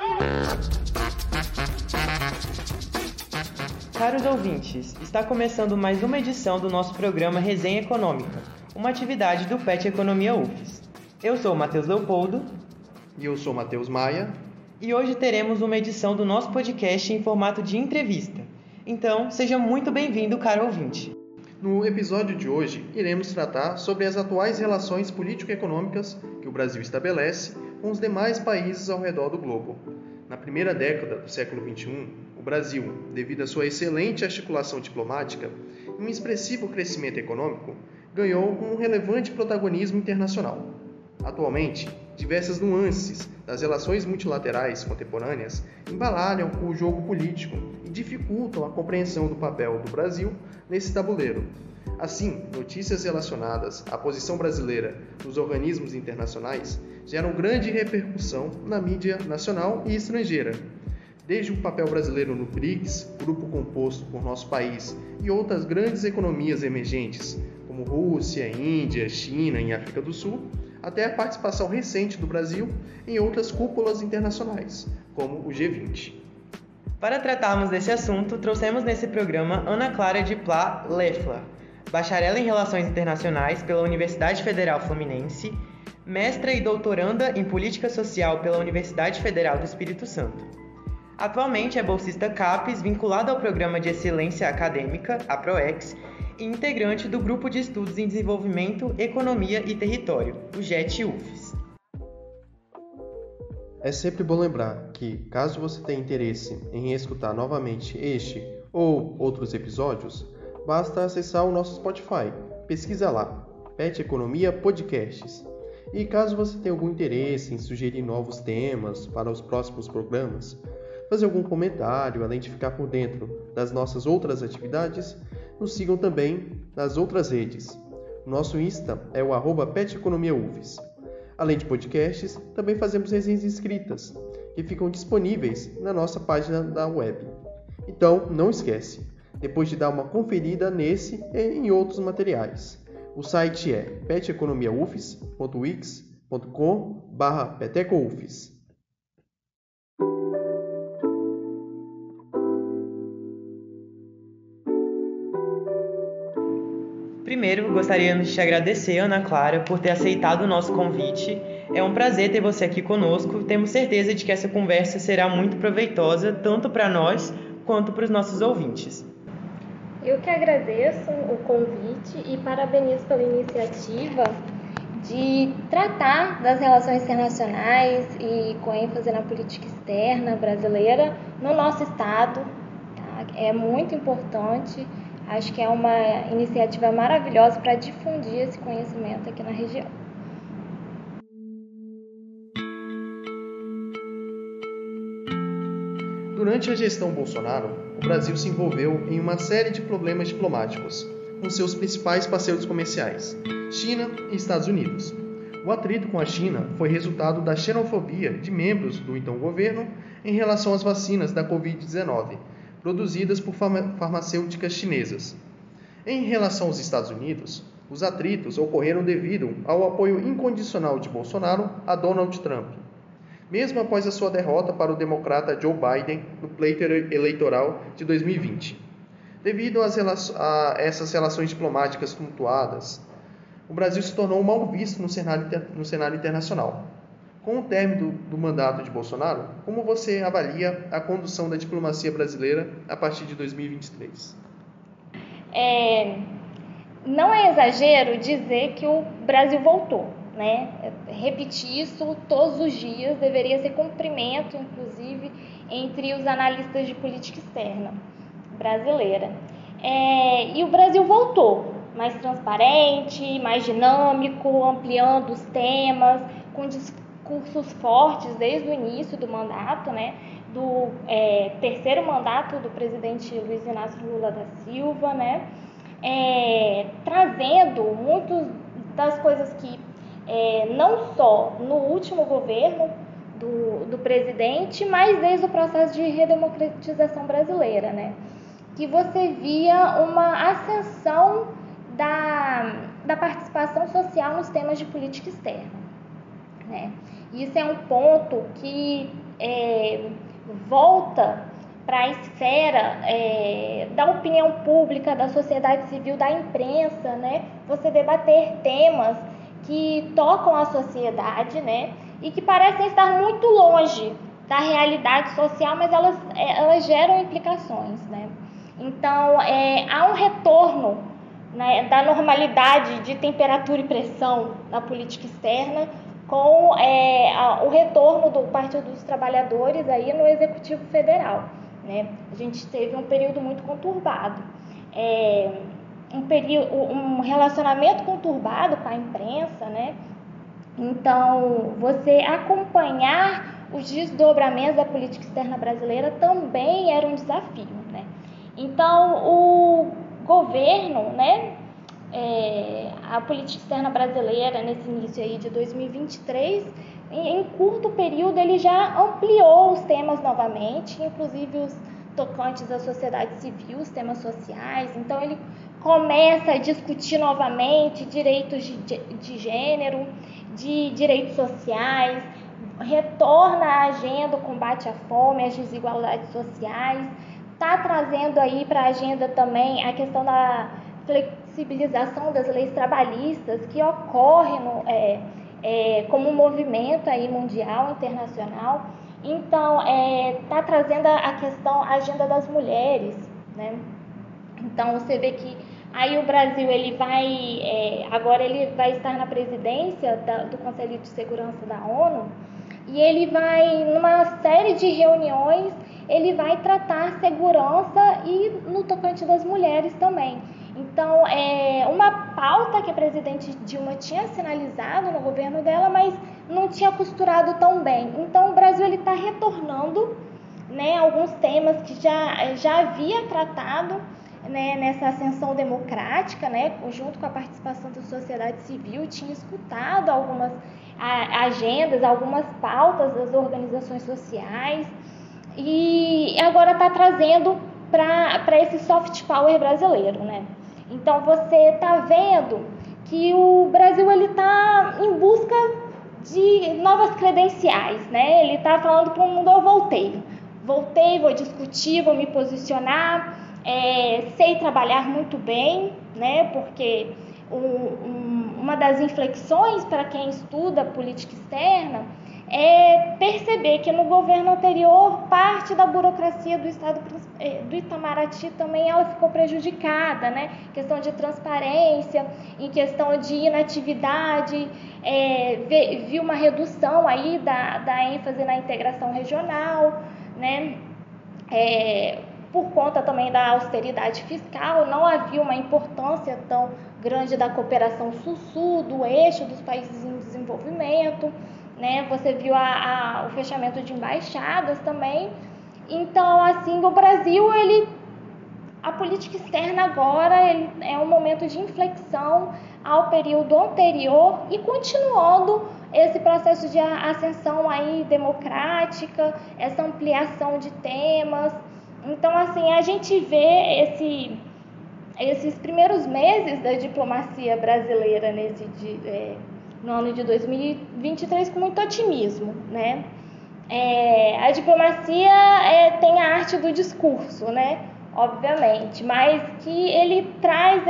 Caros ouvintes, está começando mais uma edição do nosso programa Resenha Econômica, uma atividade do PET Economia UFES. Eu sou o Matheus Leopoldo. E eu sou o Matheus Maia. E hoje teremos uma edição do nosso podcast em formato de entrevista. Então, seja muito bem-vindo, caro ouvinte. No episódio de hoje, iremos tratar sobre as atuais relações político-econômicas que o Brasil estabelece com os demais países ao redor do globo. Na primeira década do século XXI, o Brasil, devido à sua excelente articulação diplomática e um expressivo crescimento econômico, ganhou um relevante protagonismo internacional. Atualmente, diversas nuances das relações multilaterais contemporâneas embaralham o jogo político e dificultam a compreensão do papel do Brasil nesse tabuleiro. Assim, notícias relacionadas à posição brasileira nos organismos internacionais geram grande repercussão na mídia nacional e estrangeira. Desde o papel brasileiro no BRICS, grupo composto por nosso país e outras grandes economias emergentes, como Rússia, Índia, China e África do Sul, até a participação recente do Brasil em outras cúpulas internacionais, como o G20. Para tratarmos desse assunto, trouxemos nesse programa Ana Clara de Plá Leffler, bacharel em Relações Internacionais pela Universidade Federal Fluminense, mestra e doutoranda em Política Social pela Universidade Federal do Espírito Santo. Atualmente é bolsista CAPES, vinculada ao Programa de Excelência Acadêmica, a PROEX, e integrante do Grupo de Estudos em Desenvolvimento, Economia e Território, o GET-UFES. É sempre bom lembrar que, caso você tenha interesse em escutar novamente este ou outros episódios, basta acessar o nosso Spotify, pesquisa lá, PET Economia Podcasts. E caso você tenha algum interesse em sugerir novos temas para os próximos programas, fazer algum comentário, além de ficar por dentro das nossas outras atividades, nos sigam também nas outras redes. O nosso Insta é o @PetEconomiaUFES. Além de podcasts, também fazemos resenhas escritas, que ficam disponíveis na nossa página da web. Então, não esquece, depois de dar uma conferida nesse e em outros materiais. O site é peteconomiaufes.wix.com/petecoufes. Primeiro, gostaríamos de te agradecer, Ana Clara, por ter aceitado o nosso convite. É um prazer ter você aqui conosco. Temos certeza de que essa conversa será muito proveitosa, tanto para nós quanto para os nossos ouvintes. Eu que agradeço o convite e parabenizo pela iniciativa de tratar das relações internacionais e com ênfase na política externa brasileira no nosso estado. Tá? É muito importante. Acho que é uma iniciativa maravilhosa para difundir esse conhecimento aqui na região. Durante a gestão Bolsonaro, o Brasil se envolveu em uma série de problemas diplomáticos com seus principais parceiros comerciais, China e Estados Unidos. O atrito com a China foi resultado da xenofobia de membros do então governo em relação às vacinas da Covid-19, produzidas por farmacêuticas chinesas. Em relação aos Estados Unidos, os atritos ocorreram devido ao apoio incondicional de Bolsonaro a Donald Trump, mesmo após a sua derrota para o democrata Joe Biden no pleito eleitoral de 2020. Devido a essas relações diplomáticas tumultuadas, o Brasil se tornou mal visto no cenário internacional. Com o término do mandato de Bolsonaro, como você avalia a condução da diplomacia brasileira a partir de 2023? Não é exagero dizer que o Brasil voltou, né? Repetir isso todos os dias deveria ser cumprimento, inclusive, entre os analistas de política externa brasileira. E o Brasil voltou, mais transparente, mais dinâmico, ampliando os temas, com discursos fortes desde o início do mandato, né, do terceiro mandato do presidente Luiz Inácio Lula da Silva, né, trazendo muitas das coisas que não só no último governo do presidente, mas desde o processo de redemocratização brasileira, né, que você via uma ascensão da participação social nos temas de política externa, né? Isso é um ponto que volta para a esfera da opinião pública, da sociedade civil, da imprensa, né? Você debater temas que tocam a sociedade, né? E que parecem estar muito longe da realidade social, mas elas geram implicações, né? Então, há um retorno, né, da normalidade de temperatura e pressão na política externa, com o retorno do Partido dos Trabalhadores aí no Executivo Federal, né? A gente teve um período muito conturbado, um relacionamento conturbado com a imprensa, né? Então, você acompanhar os desdobramentos da política externa brasileira também era um desafio, né? Então, o governo, né, a política externa brasileira, nesse início aí de 2023, em curto período, ele já ampliou os temas novamente, inclusive os tocantes à sociedade civil, os temas sociais. Então, ele começa a discutir novamente direitos de gênero, de direitos sociais, retorna à agenda o combate à fome, às desigualdades sociais, está trazendo aí para a agenda também a questão da flexibilização das leis trabalhistas, que ocorre como um movimento aí mundial, internacional. Então, está trazendo a agenda das mulheres, né? Então, você vê que aí o Brasil agora ele vai estar na presidência do Conselho de Segurança da ONU, e ele vai, numa série de reuniões, ele vai tratar segurança e no tocante das mulheres também. Então, uma pauta que a presidente Dilma tinha sinalizado no governo dela, mas não tinha costurado tão bem. Então, o Brasil está retornando, né, alguns temas que já havia tratado, né, nessa ascensão democrática, né, junto com a participação da sociedade civil, tinha escutado algumas agendas, algumas pautas das organizações sociais, e agora está trazendo para esse soft power brasileiro, né? Então, você está vendo que o Brasil está em busca de novas credenciais, né? Ele está falando para o mundo: eu voltei, vou discutir, vou me posicionar, sei trabalhar muito bem, né? Porque uma das inflexões para quem estuda política externa é perceber que no governo anterior parte da burocracia do Estado do Itamaraty também ela ficou prejudicada, né? Questão de transparência, em questão de inatividade, viu uma redução aí da ênfase na integração regional, né? Por conta também da austeridade fiscal, não havia uma importância tão grande da cooperação sul-sul, do eixo dos países em desenvolvimento, né? Você viu o fechamento de embaixadas também. Então, assim, o Brasil, a política externa agora é um momento de inflexão ao período anterior e continuando esse processo de ascensão aí democrática, essa ampliação de temas. Então, assim, a gente vê esses primeiros meses da diplomacia brasileira no ano de 2023 com muito otimismo, né? A diplomacia tem a arte do discurso, né? Obviamente, mas que ele traz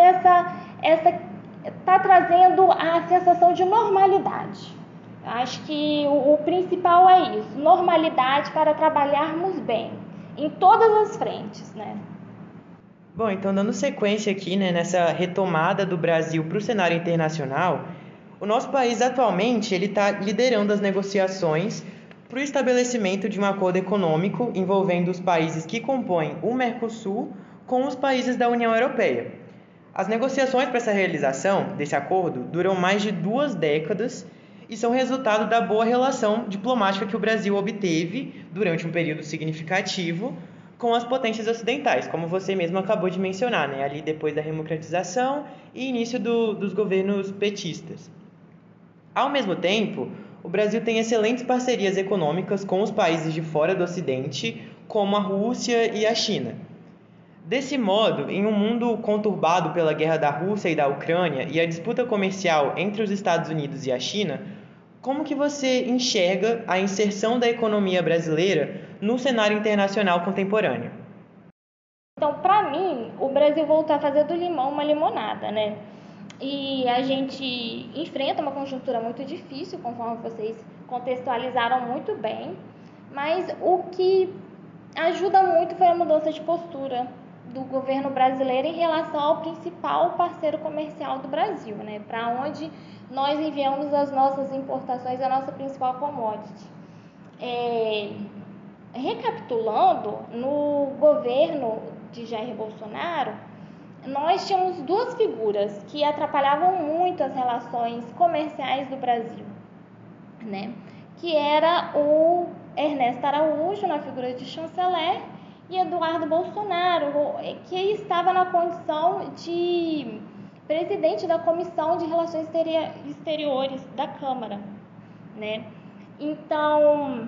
está trazendo a sensação de normalidade. Acho que o principal é isso, normalidade para trabalharmos bem, em todas as frentes, né? Bom, então dando sequência aqui, né, nessa retomada do Brasil para o cenário internacional, o nosso país atualmente ele está liderando as negociações para o estabelecimento de um acordo econômico envolvendo os países que compõem o Mercosul com os países da União Europeia. As negociações para essa realização desse acordo duram mais de 2 décadas e são resultado da boa relação diplomática que o Brasil obteve durante um período significativo com as potências ocidentais, como você mesmo acabou de mencionar, né? Ali depois da democratização e início dos governos petistas. Ao mesmo tempo, o Brasil tem excelentes parcerias econômicas com os países de fora do Ocidente, como a Rússia e a China. Desse modo, em um mundo conturbado pela guerra da Rússia e da Ucrânia e a disputa comercial entre os Estados Unidos e a China, Como que você enxerga a inserção da economia brasileira no cenário internacional contemporâneo? Então, para mim, o Brasil voltou a fazer do limão uma limonada, né? E a gente enfrenta uma conjuntura muito difícil, conforme vocês contextualizaram muito bem, mas o que ajuda muito foi a mudança de postura do governo brasileiro em relação ao principal parceiro comercial do Brasil, né? Para onde nós enviamos as nossas importações, a nossa principal commodity. Recapitulando, no governo de Jair Bolsonaro, nós tínhamos duas figuras que atrapalhavam muito as relações comerciais do Brasil, né? Que era o Ernesto Araújo, na figura de chanceler, e Eduardo Bolsonaro, que estava na condição de presidente da Comissão de Relações Exteriores da Câmara, né? Então,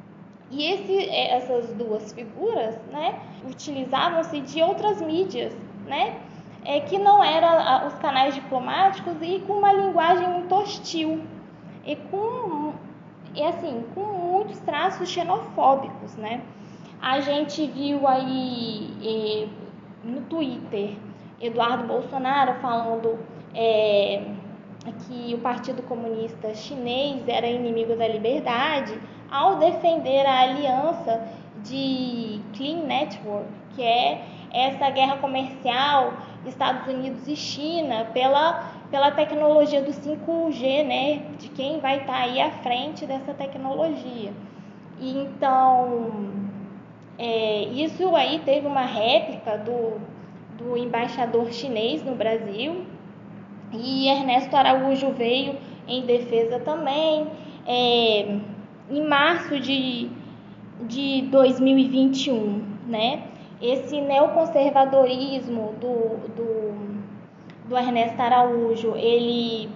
essas duas figuras, né, utilizavam-se de outras mídias, né, que não eram os canais diplomáticos, e com uma linguagem muito hostil e com muitos traços xenofóbicos, né? A gente viu aí no Twitter Eduardo Bolsonaro falando que o Partido Comunista Chinês era inimigo da liberdade, ao defender a aliança de Clean Network, que é essa guerra comercial Estados Unidos e China pela tecnologia do 5G, né, de quem vai estar aí à frente dessa tecnologia. E então, isso aí teve uma réplica do embaixador chinês no Brasil, e Ernesto Araújo veio em defesa também. Em março de 2021, né? Esse neoconservadorismo do Ernesto Araújo, ele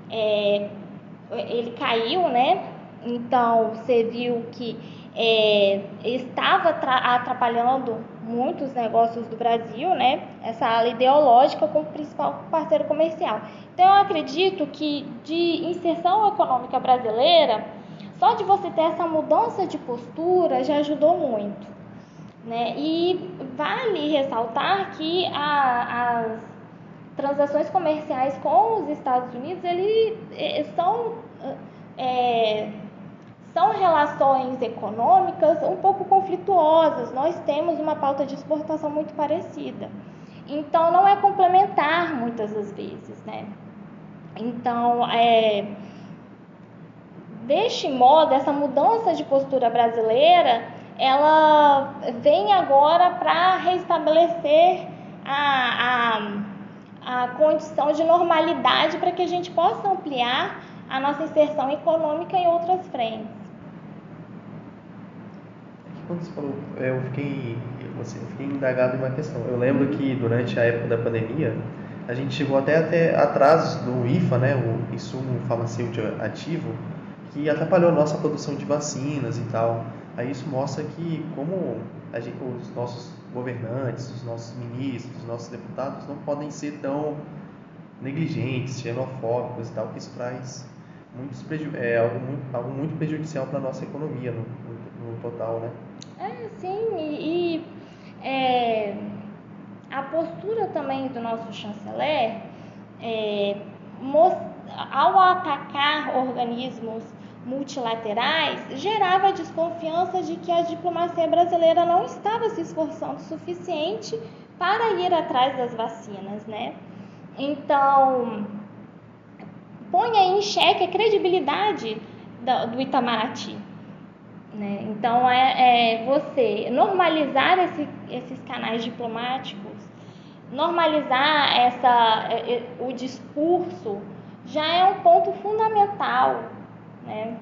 caiu, né? Então, você viu que estava atrapalhando muitos negócios do Brasil, né? Essa ala ideológica como principal parceiro comercial. Então, eu acredito que de inserção econômica brasileira, só de você ter essa mudança de postura já ajudou muito, né? E vale ressaltar que as transações comerciais com os Estados Unidos, são relações econômicas um pouco conflituosas. Nós temos uma pauta de exportação muito parecida. Então, não é complementar muitas das vezes, né? Então, deste modo, essa mudança de postura brasileira, ela vem agora para restabelecer a condição de normalidade para que a gente possa ampliar a nossa inserção econômica em outras frentes. Quando você falou, eu fiquei indagado em uma questão. Eu lembro que durante a época da pandemia, a gente chegou até atrasos do IFA, né, o insumo farmacêutico ativo, que atrapalhou a nossa produção de vacinas e tal. Aí isso mostra que como os nossos governantes, os nossos ministros, os nossos deputados não podem ser tão negligentes, xenofóbicos e tal, que isso traz algo muito prejudicial para a nossa economia no total, né? Sim, a postura também do nosso chanceler, ao atacar organismos multilaterais, gerava a desconfiança de que a diplomacia brasileira não estava se esforçando o suficiente para ir atrás das vacinas, né? Então, põe aí em xeque a credibilidade do Itamaraty, né? Então, você normalizar esses canais diplomáticos, normalizar o discurso, já é um ponto fundamental, né?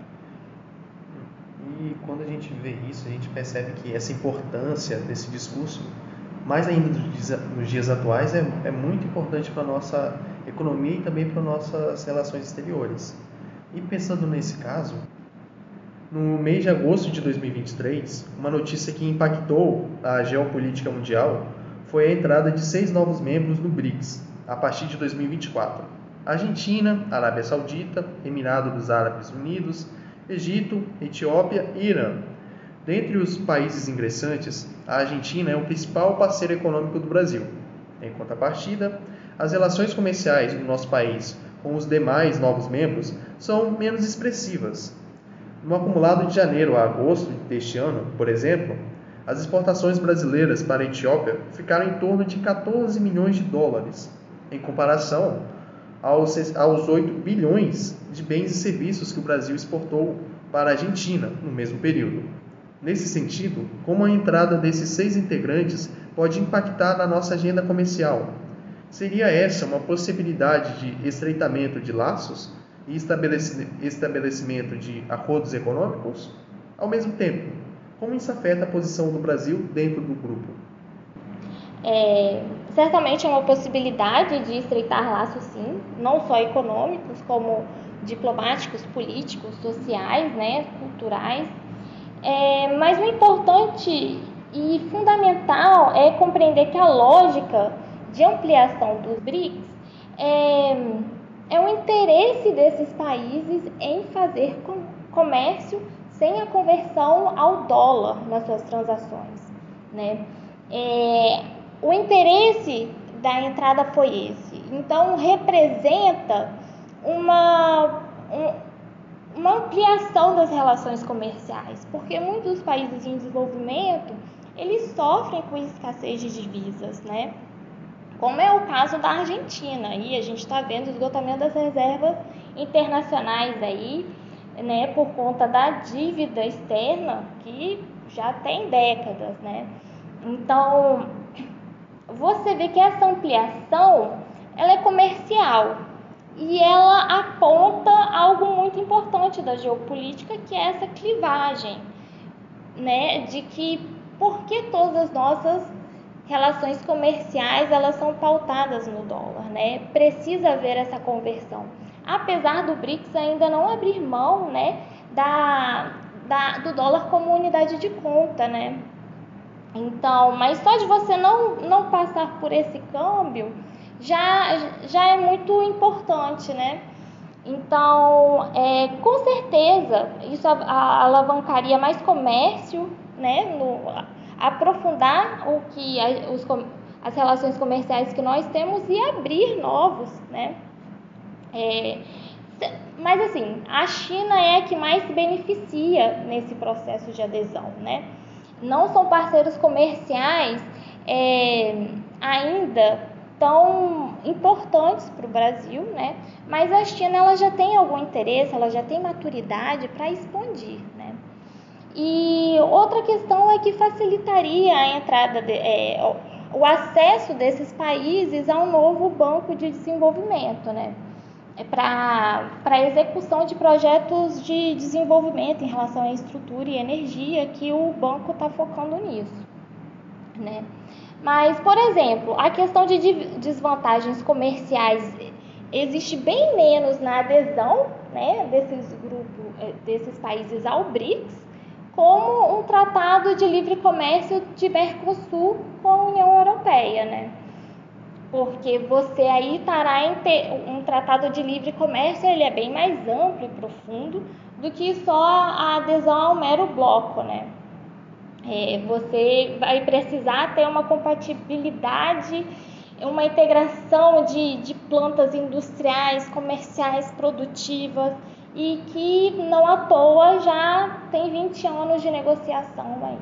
E quando a gente vê isso, a gente percebe que essa importância desse discurso, mais ainda nos dias atuais, é muito importante para a nossa economia e também para nossas relações exteriores. E pensando nesse caso, no mês de agosto de 2023, uma notícia que impactou a geopolítica mundial foi a entrada de 6 novos membros no BRICS, a partir de 2024. Argentina, Arábia Saudita, Emirado dos Árabes Unidos, Egito, Etiópia e Irã. Dentre os países ingressantes, a Argentina é o principal parceiro econômico do Brasil. Em contrapartida, as relações comerciais do nosso país com os demais novos membros são menos expressivas. No acumulado de janeiro a agosto deste ano, por exemplo, as exportações brasileiras para a Etiópia ficaram em torno de 14 milhões de dólares, em comparação aos 8 bilhões de bens e serviços que o Brasil exportou para a Argentina no mesmo período. Nesse sentido, como a entrada desses 6 integrantes pode impactar na nossa agenda comercial? Seria essa uma possibilidade de estreitamento de laços e estabelecimento de acordos econômicos? Ao mesmo tempo, como isso afeta a posição do Brasil dentro do grupo? Certamente é uma possibilidade de estreitar laços, sim, não só econômicos, como diplomáticos, políticos, sociais, né, culturais. Mas o importante e fundamental é compreender que a lógica de ampliação dos BRICS é o interesse desses países em fazer comércio sem a conversão ao dólar nas suas transações, né? O interesse da entrada foi esse. Então, representa uma ampliação das relações comerciais, porque muitos países em desenvolvimento, eles sofrem com escassez de divisas, né? Como é o caso da Argentina, e a gente está vendo o esgotamento das reservas internacionais aí, né, por conta da dívida externa que já tem décadas, né? Então, você vê que essa ampliação, ela é comercial e ela aponta algo muito importante da geopolítica, que é essa clivagem, né, de que por que todas as nossas relações comerciais elas são pautadas no dólar, né? Precisa haver essa conversão, apesar do BRICS ainda não abrir mão, né, do dólar como unidade de conta, né? Então, mas só de você não passar por esse câmbio já é muito importante, né? Então, com certeza, isso alavancaria mais comércio, né? Aprofundar as relações comerciais que nós temos e abrir novos, né? Mas assim, a China é a que mais se beneficia nesse processo de adesão, né? Não são parceiros comerciais ainda tão importantes para o Brasil, né? Mas a China ela já tem algum interesse, ela já tem maturidade para expandir, né? E outra questão é que facilitaria a entrada, o acesso desses países ao novo Banco de Desenvolvimento, né? Para a execução de projetos de desenvolvimento em relação à estrutura e energia, que o banco está focando nisso, né? Mas, por exemplo, a questão de desvantagens comerciais existe bem menos na adesão, né, desses países ao BRICS, como um tratado de livre comércio de Mercosul com a União Europeia, né? Porque você aí estará um tratado de livre comércio, ele é bem mais amplo e profundo do que só a adesão ao mero bloco, né? Você vai precisar ter uma compatibilidade, uma integração de plantas industriais, comerciais, produtivas, e que não à toa já tem 20 anos de negociação aí.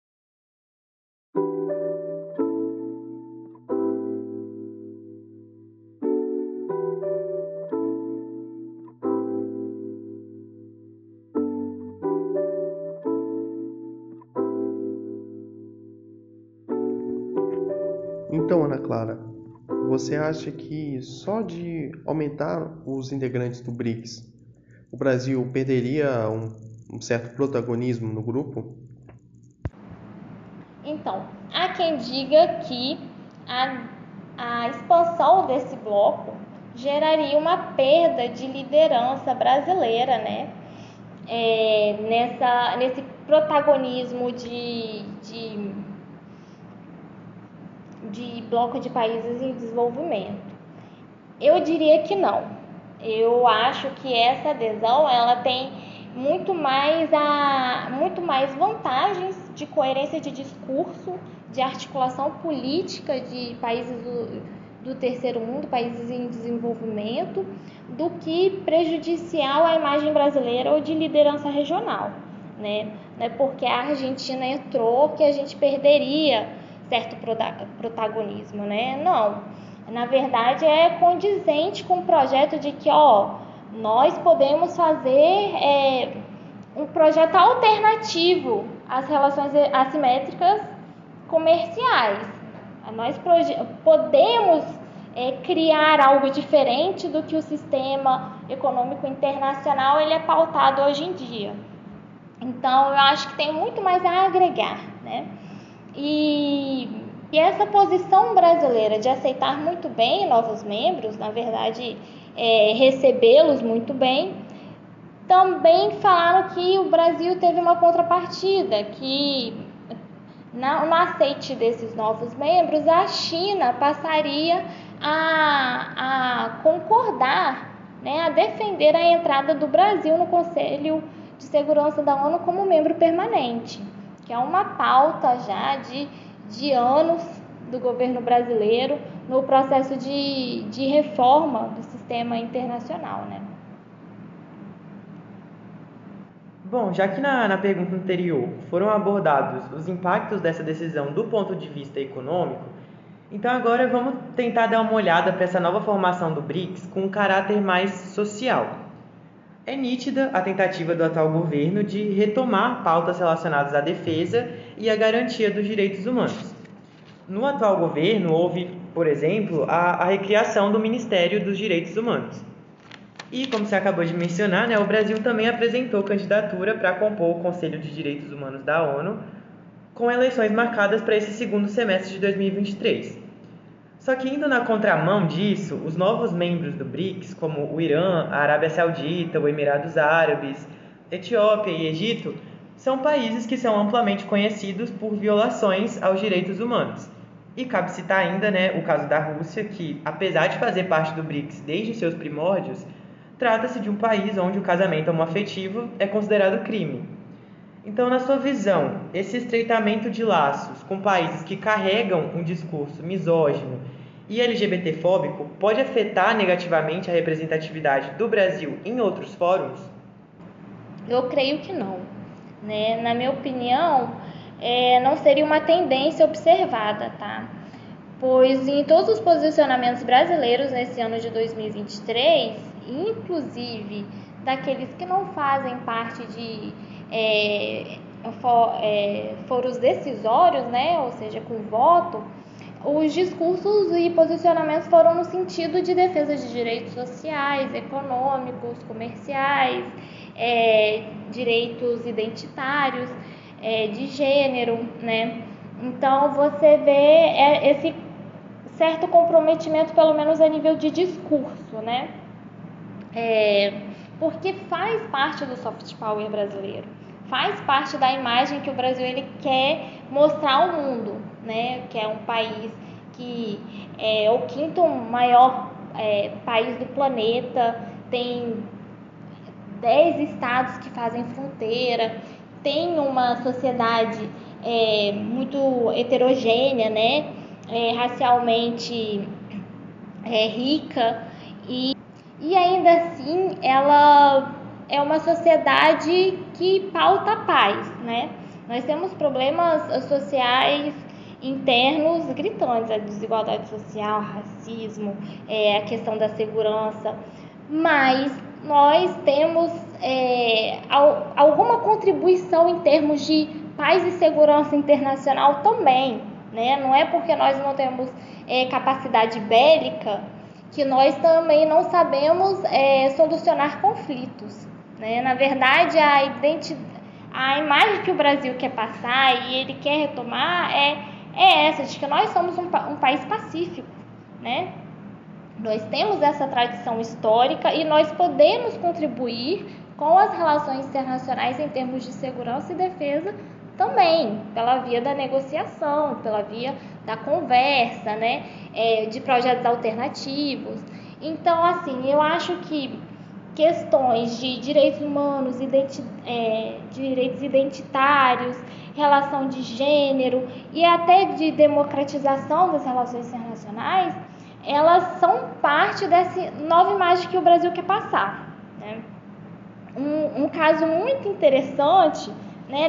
Então, Ana Clara, você acha que só de aumentar os integrantes do BRICS, o Brasil perderia um certo protagonismo no grupo? Então, há quem diga que a expansão desse bloco geraria uma perda de liderança brasileira, né? Nesse protagonismo de bloco de países em desenvolvimento. Eu diria que não. Eu acho que essa adesão ela tem muito mais vantagens de coerência de discurso, de articulação política de países do terceiro mundo, países em desenvolvimento, do que prejudicial à imagem brasileira ou de liderança regional, né? Não é porque a Argentina entrou que a gente perderia certo protagonismo, né? Não. Na verdade, é condizente com o projeto de que, nós podemos fazer um projeto alternativo às relações assimétricas comerciais. Nós podemos criar algo diferente do que o sistema econômico internacional ele é pautado hoje em dia. Então, eu acho que tem muito mais a agregar, né? E essa posição brasileira de aceitar muito bem novos membros, na verdade, recebê-los muito bem, também falaram que o Brasil teve uma contrapartida, que no aceite desses novos membros, a China passaria a concordar, né, a defender a entrada do Brasil no Conselho de Segurança da ONU como membro permanente, que é uma pauta já de anos do governo brasileiro no processo de reforma do sistema internacional, né? Bom, já que na pergunta anterior foram abordados os impactos dessa decisão do ponto de vista econômico, então agora vamos tentar dar uma olhada para essa nova formação do BRICS com um caráter mais social. É nítida a tentativa do atual governo de retomar pautas relacionadas à defesa e à garantia dos direitos humanos. No atual governo, houve, por exemplo, a recriação do Ministério dos Direitos Humanos. E, como você acabou de mencionar, o Brasil também apresentou candidatura para compor o Conselho de Direitos Humanos da ONU, com eleições marcadas para esse segundo semestre de 2023. Só que, indo na contramão disso, os novos membros do BRICS, como o Irã, a Arábia Saudita, os Emirados Árabes, Etiópia e Egito, são países que são amplamente conhecidos por violações aos direitos humanos. E cabe citar ainda o caso da Rússia, que, apesar de fazer parte do BRICS desde seus primórdios, trata-se de um país onde o casamento homoafetivo é considerado crime. Então, na sua visão, esse estreitamento de laços com países que carregam um discurso misógino e LGBTfóbico pode afetar negativamente a representatividade do Brasil em outros fóruns? Eu creio que não, né? Na minha opinião, não seria uma tendência observada, tá? Pois em todos os posicionamentos brasileiros nesse ano de 2023, inclusive daqueles que não fazem parte de foros decisórios, né, ou seja, com voto, os discursos e posicionamentos foram no sentido de defesa de direitos sociais, econômicos, comerciais, direitos identitários, de gênero, né? Então você vê esse certo comprometimento, pelo menos a nível de discurso, né? Porque faz parte do soft power brasileiro, faz parte da imagem que o Brasil ele quer mostrar ao mundo, né? Que é um país que é o quinto maior país do planeta, tem 10 estados que fazem fronteira, tem uma sociedade muito heterogênea, né? Racialmente rica e ainda assim ela é uma sociedade que pauta a paz, né? Nós temos problemas sociais internos gritantes, a desigualdade social, racismo, a questão da segurança, mas nós temos alguma contribuição em termos de paz e segurança internacional também, né? Não é porque nós não temos capacidade bélica que nós também não sabemos solucionar conflitos, né? Na verdade, a imagem que o Brasil quer passar e ele quer retomar é essa, de que nós somos um país pacífico, né? Nós temos essa tradição histórica e nós podemos contribuir com as relações internacionais em termos de segurança e defesa também, pela via da negociação, pela via da conversa, né? De projetos alternativos. Então, assim, eu acho que questões de direitos humanos, direitos identitários, relação de gênero e até de democratização das relações internacionais, elas são parte dessa nova imagem que o Brasil quer passar, né? Um caso muito interessante, né,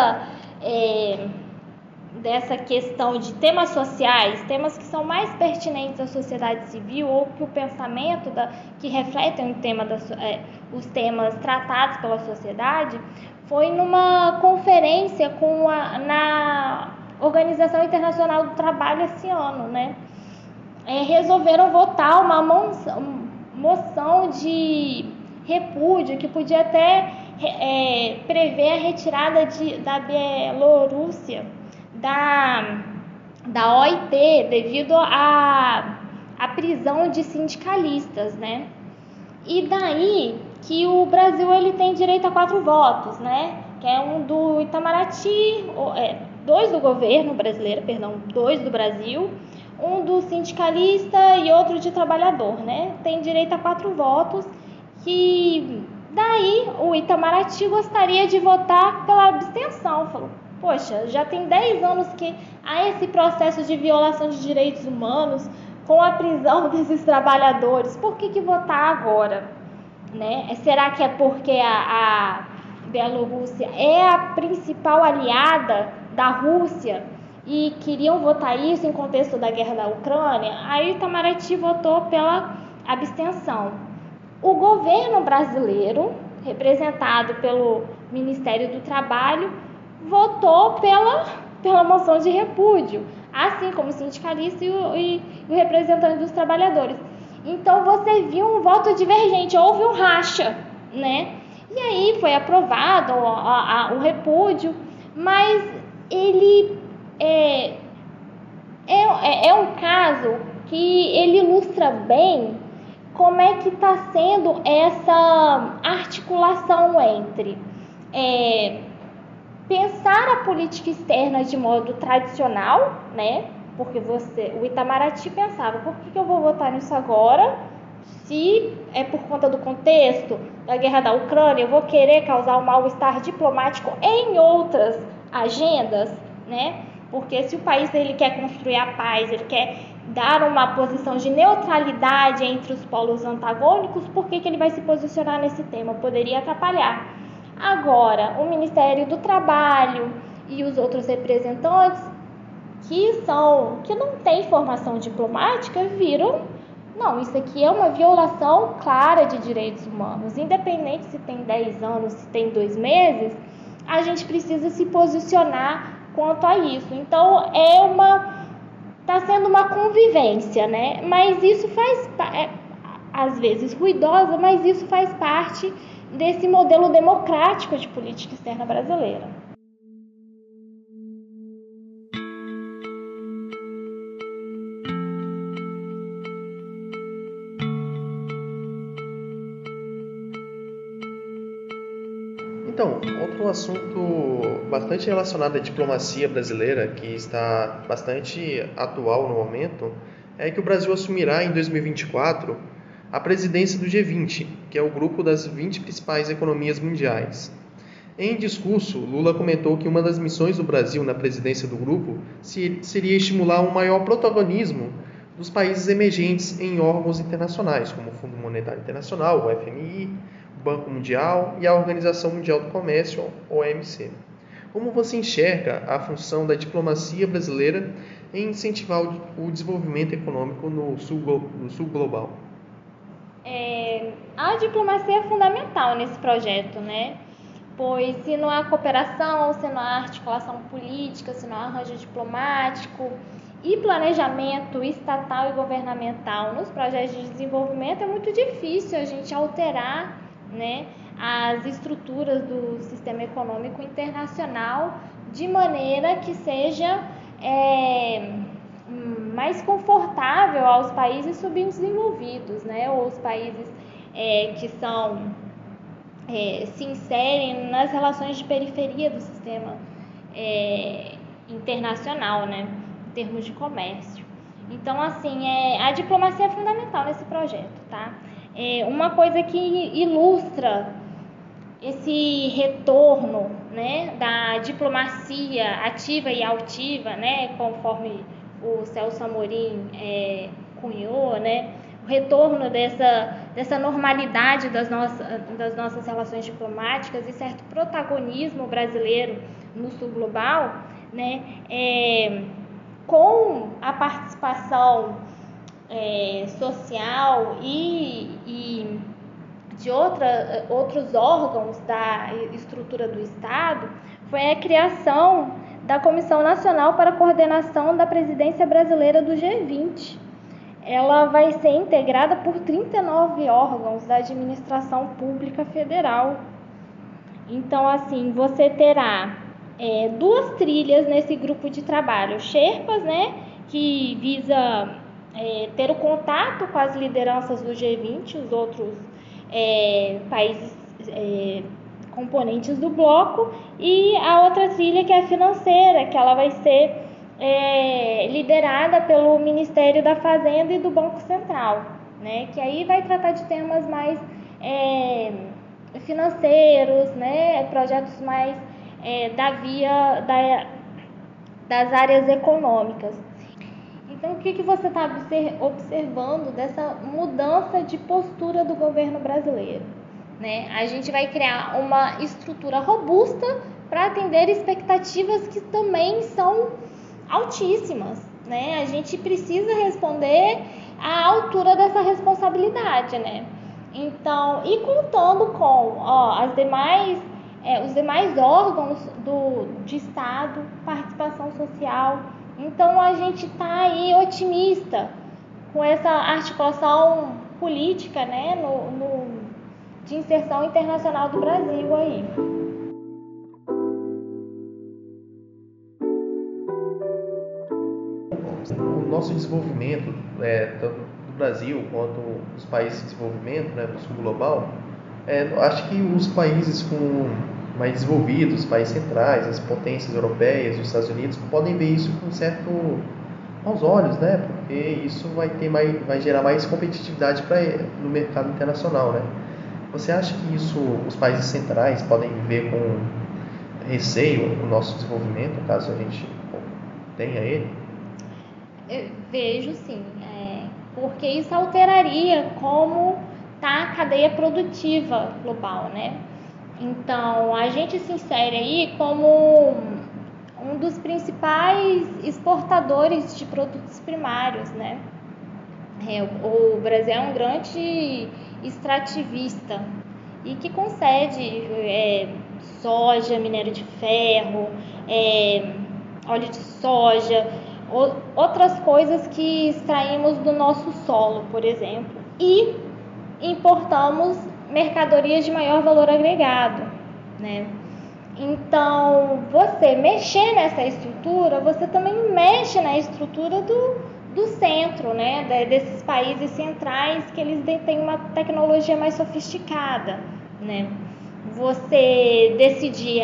dessa questão de temas sociais, temas que são mais pertinentes à sociedade civil ou que o pensamento que refletem os temas tratados pela sociedade, foi numa conferência na Organização Internacional do Trabalho esse ano, né? Resolveram votar uma moção de repúdio que podia até prever a retirada da Bielorrússia da OIT devido à prisão de sindicalistas, né? E daí que o Brasil ele tem direito a 4 votos, né? Que é um do Itamaraty, 2 do governo brasileiro, 2 do Brasil, um do sindicalista e outro de trabalhador, né? Tem direito a 4 votos, que daí o Itamaraty gostaria de votar pela abstenção. Falou, poxa, já tem 10 anos que há esse processo de violação de direitos humanos com a prisão desses trabalhadores, por que votar agora? Né? Será que é porque a Bielorrússia é a principal aliada da Rússia e queriam votar isso em contexto da guerra da Ucrânia? Aí o Itamaraty votou pela abstenção. O governo brasileiro, representado pelo Ministério do Trabalho, votou pela moção de repúdio, assim como o sindicalista e o representante dos trabalhadores. Então você viu um voto divergente, houve um racha, né? E aí foi aprovado o repúdio, mas ele é um caso que ele ilustra bem como é que está sendo essa articulação entre pensar a política externa de modo tradicional, né? Porque o Itamaraty pensava, por que eu vou votar nisso agora? Se é por conta do contexto da guerra da Ucrânia, eu vou querer causar um mal-estar diplomático em outras agendas, né? Porque se o país ele quer construir a paz, ele quer dar uma posição de neutralidade entre os polos antagônicos, por que ele vai se posicionar nesse tema? Poderia atrapalhar. Agora, o Ministério do Trabalho e os outros representantes que não têm formação diplomática viram, não, isso aqui é uma violação clara de direitos humanos, independente se tem 10 anos, se tem 2 meses, a gente precisa se posicionar quanto a isso. Então, está sendo uma convivência, né? Mas isso às vezes ruidosa, mas isso faz parte desse modelo democrático de política externa brasileira. Então, outro assunto bastante relacionado à diplomacia brasileira, que está bastante atual no momento, é que o Brasil assumirá em 2024 a presidência do G20, que é o grupo das 20 principais economias mundiais. Em discurso, Lula comentou que uma das missões do Brasil na presidência do grupo seria estimular um maior protagonismo dos países emergentes em órgãos internacionais, como o Fundo Monetário Internacional, o FMI, o Banco Mundial e a Organização Mundial do Comércio, OMC. Como você enxerga a função da diplomacia brasileira em incentivar o desenvolvimento econômico no sul global? A diplomacia é fundamental nesse projeto, né? Pois se não há cooperação, se não há articulação política, se não há arranjo diplomático e planejamento estatal e governamental nos projetos de desenvolvimento, é muito difícil a gente alterar, né, as estruturas do sistema econômico internacional de maneira que seja mais confortável aos países subdesenvolvidos, né, ou os países que se inserem nas relações de periferia do sistema internacional, né, em termos de comércio. Então, assim, a diplomacia é fundamental nesse projeto, tá? Uma coisa que ilustra esse retorno, né, da diplomacia ativa e altiva, né, conforme o Celso Amorim cunhou, né, o retorno dessa normalidade das nossas relações diplomáticas e certo protagonismo brasileiro no sul global, né, com a participação social e de outros órgãos da estrutura do Estado, foi a criação da Comissão Nacional para a Coordenação da Presidência Brasileira do G20. Ela vai ser integrada por 39 órgãos da administração pública federal. Então, assim, você terá duas trilhas nesse grupo de trabalho. Sherpas, né, que visa ter o contato com as lideranças do G20, os outros países componentes do bloco, e a outra trilha que é a financeira, que ela vai ser liderada pelo Ministério da Fazenda e do Banco Central, né, que aí vai tratar de temas mais financeiros, né, projetos mais das áreas econômicas. Então, o que você está observando dessa mudança de postura do governo brasileiro, né? A gente vai criar uma estrutura robusta para atender expectativas que também são altíssimas, né? A gente precisa responder à altura dessa responsabilidade, né? Então, e contando com os demais órgãos de Estado, participação social. Então, a gente está aí otimista com essa articulação política, né, de inserção internacional do Brasil aí. O nosso desenvolvimento, tanto do Brasil quanto dos países de desenvolvimento, né, do sul global, acho que os países mais desenvolvidos, os países centrais, as potências europeias, os Estados Unidos, podem ver isso com certo aos olhos, né? Porque isso vai gerar mais competitividade no mercado internacional, né? Você acha que isso os países centrais podem ver com receio o nosso desenvolvimento, caso a gente tenha ele? Eu vejo sim, porque isso alteraria como está a cadeia produtiva global, né? Então, a gente se insere aí como um dos principais exportadores de produtos primários, né? O Brasil é um grande extrativista e que concede soja, minério de ferro, óleo de soja, outras coisas que extraímos do nosso solo, por exemplo, e importamos mercadorias de maior valor agregado, né? Então, você mexer nessa estrutura, você também mexe na estrutura do centro, né? Desses países centrais que eles têm uma tecnologia mais sofisticada, né? Você decidir,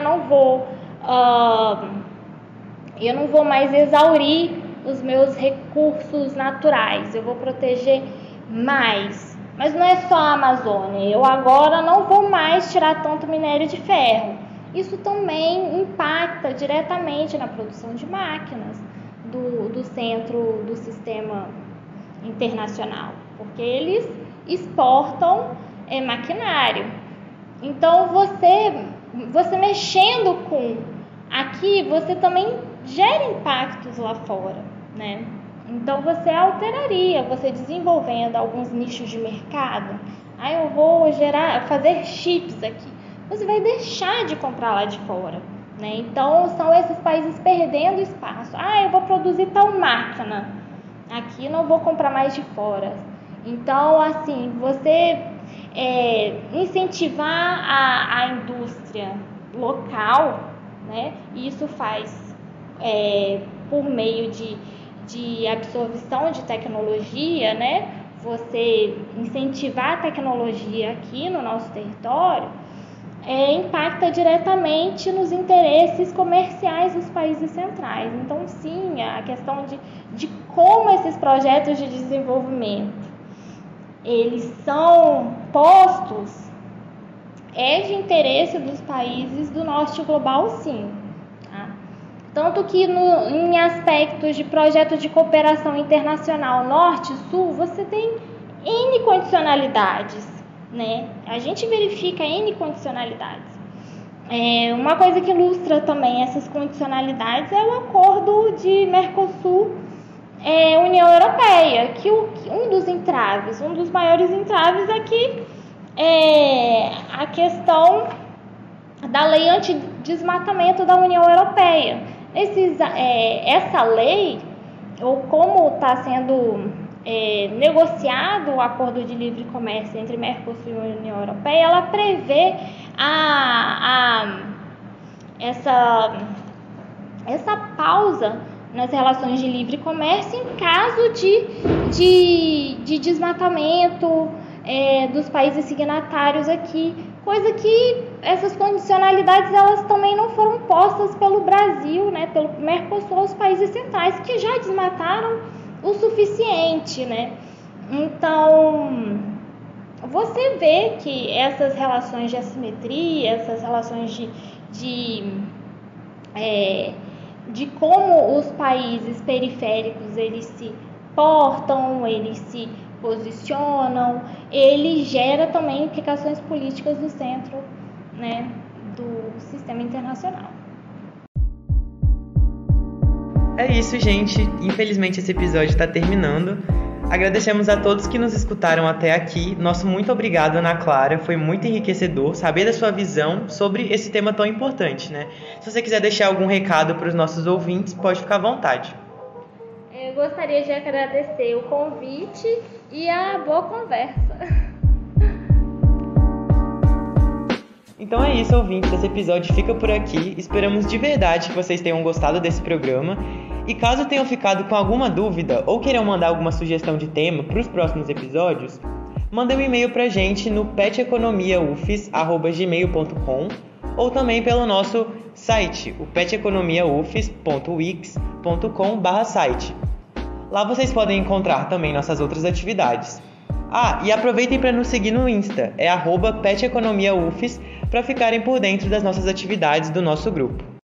eu não vou mais exaurir os meus recursos naturais, eu vou proteger mais. Mas não é só a Amazônia, eu agora não vou mais tirar tanto minério de ferro. Isso também impacta diretamente na produção de máquinas do centro do sistema internacional, porque eles exportam maquinário. Então, você mexendo com aqui, você também gera impactos lá fora, né? Então, você alteraria, você desenvolvendo alguns nichos de mercado. Eu vou fazer chips aqui. Você vai deixar de comprar lá de fora, né? Então, são esses países perdendo espaço. Eu vou produzir tal máquina. Aqui não vou comprar mais de fora. Então, assim, você incentivar a indústria local, né? Isso faz por meio de absorção de tecnologia, né? Você incentivar a tecnologia aqui no nosso território, impacta diretamente nos interesses comerciais dos países centrais. Então, sim, a questão de como esses projetos de desenvolvimento eles são postos é de interesse dos países do norte global, sim. Tá? Tanto que em aspectos de projetos de cooperação internacional norte-sul, você tem N condicionalidades, né? A gente verifica N condicionalidades. Uma coisa que ilustra também essas condicionalidades é o acordo de Mercosul União Europeia, que um dos maiores entraves é que a questão da lei antidesmatamento da União Europeia. Essa lei, ou como está sendo negociado o acordo de livre comércio entre Mercosul e a União Europeia, ela prevê essa pausa nas relações de livre comércio em caso de desmatamento dos países signatários aqui, coisa que essas condicionalidades elas também não foram postas pelo Brasil, né, pelo Mercosul aos países centrais, que já desmataram o suficiente, né? Então, você vê que essas relações de assimetria, essas relações de como os países periféricos eles se portam, eles se posicionam, ele gera também implicações políticas no centro, né, do sistema internacional. É isso, gente. Infelizmente esse episódio está terminando. Agradecemos a todos que nos escutaram até aqui. Nosso muito obrigado, Ana Clara. Foi muito enriquecedor saber da sua visão sobre esse tema tão importante, né? Se você quiser deixar algum recado para os nossos ouvintes, pode ficar à vontade. Eu gostaria de agradecer o convite e a boa conversa. Então é isso, ouvintes. Esse episódio fica por aqui. Esperamos de verdade que vocês tenham gostado desse programa. E caso tenham ficado com alguma dúvida ou queiram mandar alguma sugestão de tema para os próximos episódios, mandem um e-mail para a gente no peteconomiaufes@gmail.com ou também pelo nosso site, o peteconomiaufes.wix.com/site. Lá vocês podem encontrar também nossas outras atividades. E aproveitem para nos seguir no Insta, é @peteconomiaufes, para ficarem por dentro das nossas atividades do nosso grupo.